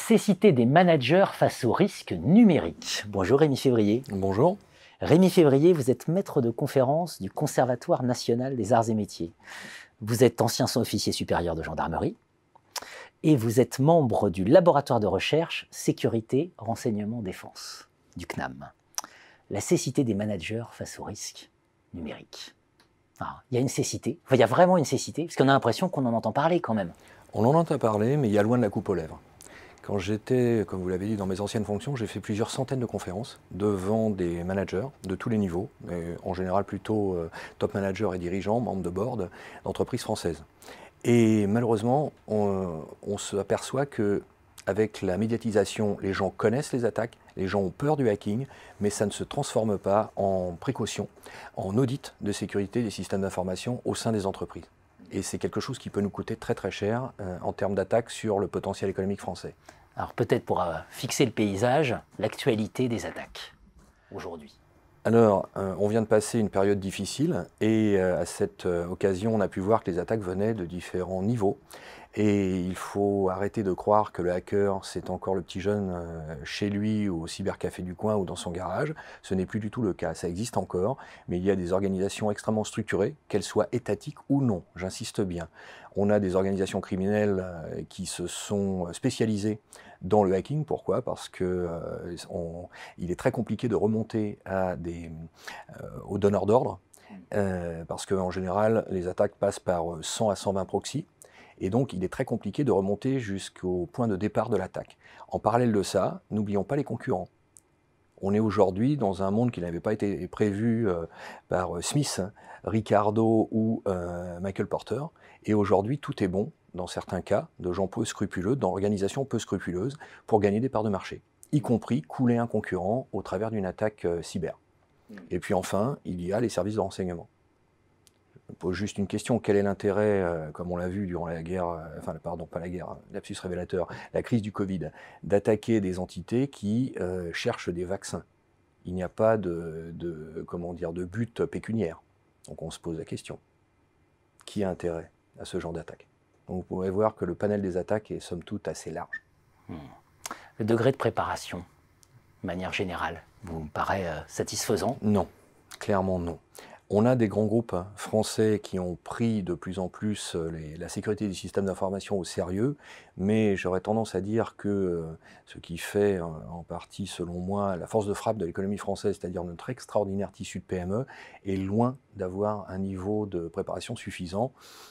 cécité des managers face aux risques numériques. Bonjour Rémi Février. Bonjour. Rémi Février, vous êtes maître de conférence du Conservatoire national des arts et métiers. Vous êtes ancien officier supérieur de gendarmerie et vous êtes membre du laboratoire de recherche sécurité, renseignement, défense du CNAM. La cécité des managers face aux risques numériques. Alors, il y a une cécité, il y a vraiment une cécité, parce qu'on a l'impression qu'on en entend parler quand même. On en entend parler, mais il y a loin de la coupe aux lèvres. Quand j'étais, comme vous l'avez dit, dans mes anciennes fonctions, j'ai fait plusieurs centaines de conférences devant des managers de tous les niveaux, mais en général plutôt top managers et dirigeants, membres de board d'entreprises françaises. Et malheureusement, on se aperçoit que avec la médiatisation, les gens connaissent les attaques, les gens ont peur du hacking, mais ça ne se transforme pas en précaution, en audit de sécurité des systèmes d'information au sein des entreprises. Et c'est quelque chose qui peut nous coûter très très cher en termes d'attaque sur le potentiel économique français. Alors peut-être pour fixer le paysage, l'actualité des attaques aujourd'hui. Alors, on vient de passer une période difficile et à cette occasion, on a pu voir que les attaques venaient de différents niveaux. Et il faut arrêter de croire que le hacker, c'est encore le petit jeune chez lui ou au cybercafé du coin ou dans son garage. Ce n'est plus du tout le cas. Ça existe encore, mais il y a des organisations extrêmement structurées, qu'elles soient étatiques ou non, j'insiste bien. On a des organisations criminelles qui se sont spécialisées dans le hacking. Pourquoi? Parce que il est très compliqué de remonter aux donneurs d'ordre, parce qu'en général, les attaques passent par 100 à 120 proxys. Et donc, il est très compliqué de remonter jusqu'au point de départ de l'attaque. En parallèle de ça, n'oublions pas les concurrents. On est aujourd'hui dans un monde qui n'avait pas été prévu par Smith, Ricardo ou Michael Porter. Et aujourd'hui, tout est bon, dans certains cas, de gens peu scrupuleux, d'organisations peu scrupuleuses, pour gagner des parts de marché, y compris couler un concurrent au travers d'une attaque cyber. Et puis enfin, il y a les services de renseignement. Je pose juste une question, quel est l'intérêt, comme on l'a vu durant la guerre, pas la guerre, lapsus révélateur, la crise du Covid, d'attaquer des entités qui cherchent des vaccins? Il n'y a pas de but pécuniaire. Donc on se pose la question, qui a intérêt à ce genre d'attaque? Donc vous pourrez voir que le panel des attaques est somme toute assez large. Le degré de préparation, de manière générale, vous paraît satisfaisant? Non, clairement non. On a des grands groupes français qui ont pris de plus en plus la sécurité des systèmes d'information au sérieux, mais j'aurais tendance à dire que ce qui fait en partie, selon moi, la force de frappe de l'économie française, c'est-à-dire notre extraordinaire tissu de PME, est loin d'avoir un niveau de préparation suffisant.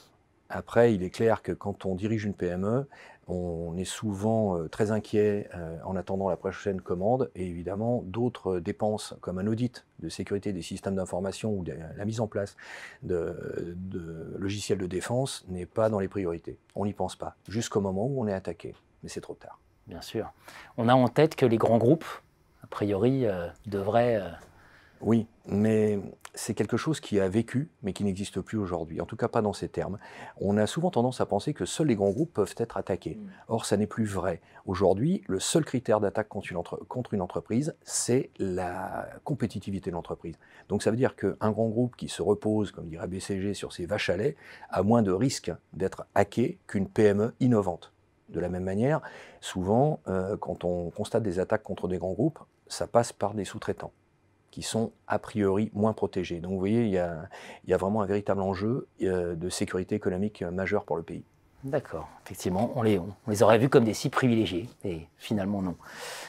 Après, il est clair que quand on dirige une PME, on est souvent très inquiet en attendant la prochaine commande, et évidemment d'autres dépenses comme un audit de sécurité des systèmes d'information ou la mise en place de logiciels de défense n'est pas dans les priorités. On n'y pense pas, jusqu'au moment où on est attaqué, mais c'est trop tard. Bien sûr. On a en tête que les grands groupes, a priori, devraient... Oui, mais c'est quelque chose qui a vécu, mais qui n'existe plus aujourd'hui, en tout cas pas dans ces termes. On a souvent tendance à penser que seuls les grands groupes peuvent être attaqués. Or, ça n'est plus vrai. Aujourd'hui, le seul critère d'attaque contre une entreprise, c'est la compétitivité de l'entreprise. Donc ça veut dire qu'un grand groupe qui se repose, comme dirait BCG, sur ses vaches à lait, a moins de risques d'être hacké qu'une PME innovante. De la même manière, souvent, quand on constate des attaques contre des grands groupes, ça passe par des sous-traitants qui sont a priori moins protégés. Donc vous voyez, il y a vraiment un véritable enjeu de sécurité économique majeur pour le pays. D'accord, effectivement, on les aurait vus comme des cibles privilégiées, et finalement non.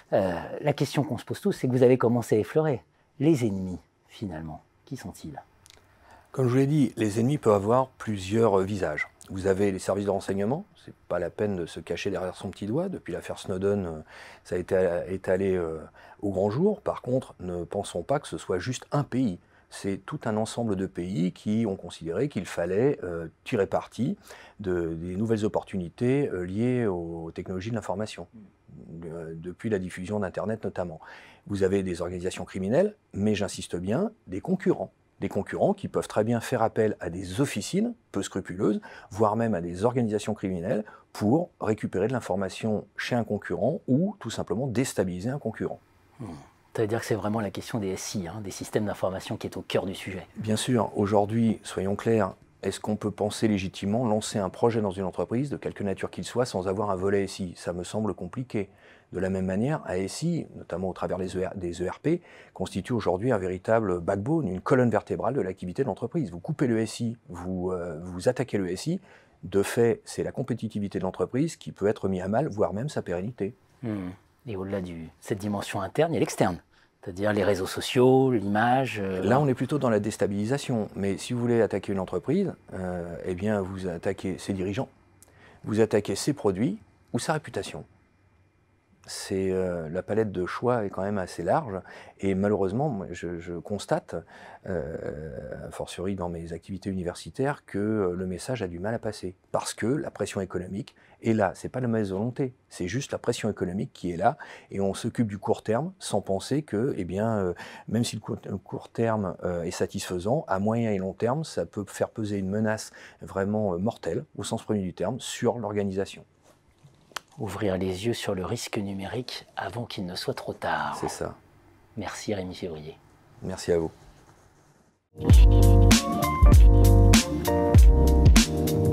La question qu'on se pose tous, c'est que vous avez commencé à effleurer. Les ennemis, finalement, qui sont-ils? Comme je vous l'ai dit, les ennemis peuvent avoir plusieurs visages. Vous avez les services de renseignement, c'est pas la peine de se cacher derrière son petit doigt. Depuis l'affaire Snowden, ça a été étalé au grand jour. Par contre, ne pensons pas que ce soit juste un pays. C'est tout un ensemble de pays qui ont considéré qu'il fallait tirer parti des nouvelles opportunités liées aux technologies de l'information, depuis la diffusion d'Internet notamment. Vous avez des organisations criminelles, mais j'insiste bien, des concurrents. Des concurrents qui peuvent très bien faire appel à des officines peu scrupuleuses, voire même à des organisations criminelles, pour récupérer de l'information chez un concurrent ou tout simplement déstabiliser un concurrent. Ça veut dire que c'est vraiment la question des SI, des systèmes d'information, qui est au cœur du sujet. Bien sûr, aujourd'hui, soyons clairs, est-ce qu'on peut penser légitimement lancer un projet dans une entreprise, de quelque nature qu'il soit, sans avoir un volet SI? Ça me semble compliqué. De la même manière, ASI, notamment au travers des ERP, constitue aujourd'hui un véritable backbone, une colonne vertébrale de l'activité de l'entreprise. Vous coupez le SI, vous attaquez le SI, de fait, c'est la compétitivité de l'entreprise qui peut être mise à mal, voire même sa pérennité. Et au-delà de cette dimension interne, il y a l'externe, c'est-à-dire les réseaux sociaux, l'image. Là, on est plutôt dans la déstabilisation. Mais si vous voulez attaquer une entreprise, eh bien, vous attaquez ses dirigeants, vous attaquez ses produits ou sa réputation. La palette de choix est quand même assez large et malheureusement, moi, je constate, a fortiori dans mes activités universitaires, que le message a du mal à passer parce que la pression économique est là. C'est pas la mauvaise volonté, c'est juste la pression économique qui est là et on s'occupe du court terme sans penser que, eh bien, même si le court terme est satisfaisant, à moyen et long terme, ça peut faire peser une menace vraiment mortelle, au sens premier du terme, sur l'organisation. Ouvrir les yeux sur le risque numérique avant qu'il ne soit trop tard. C'est ça. Merci Rémi Février. Merci à vous.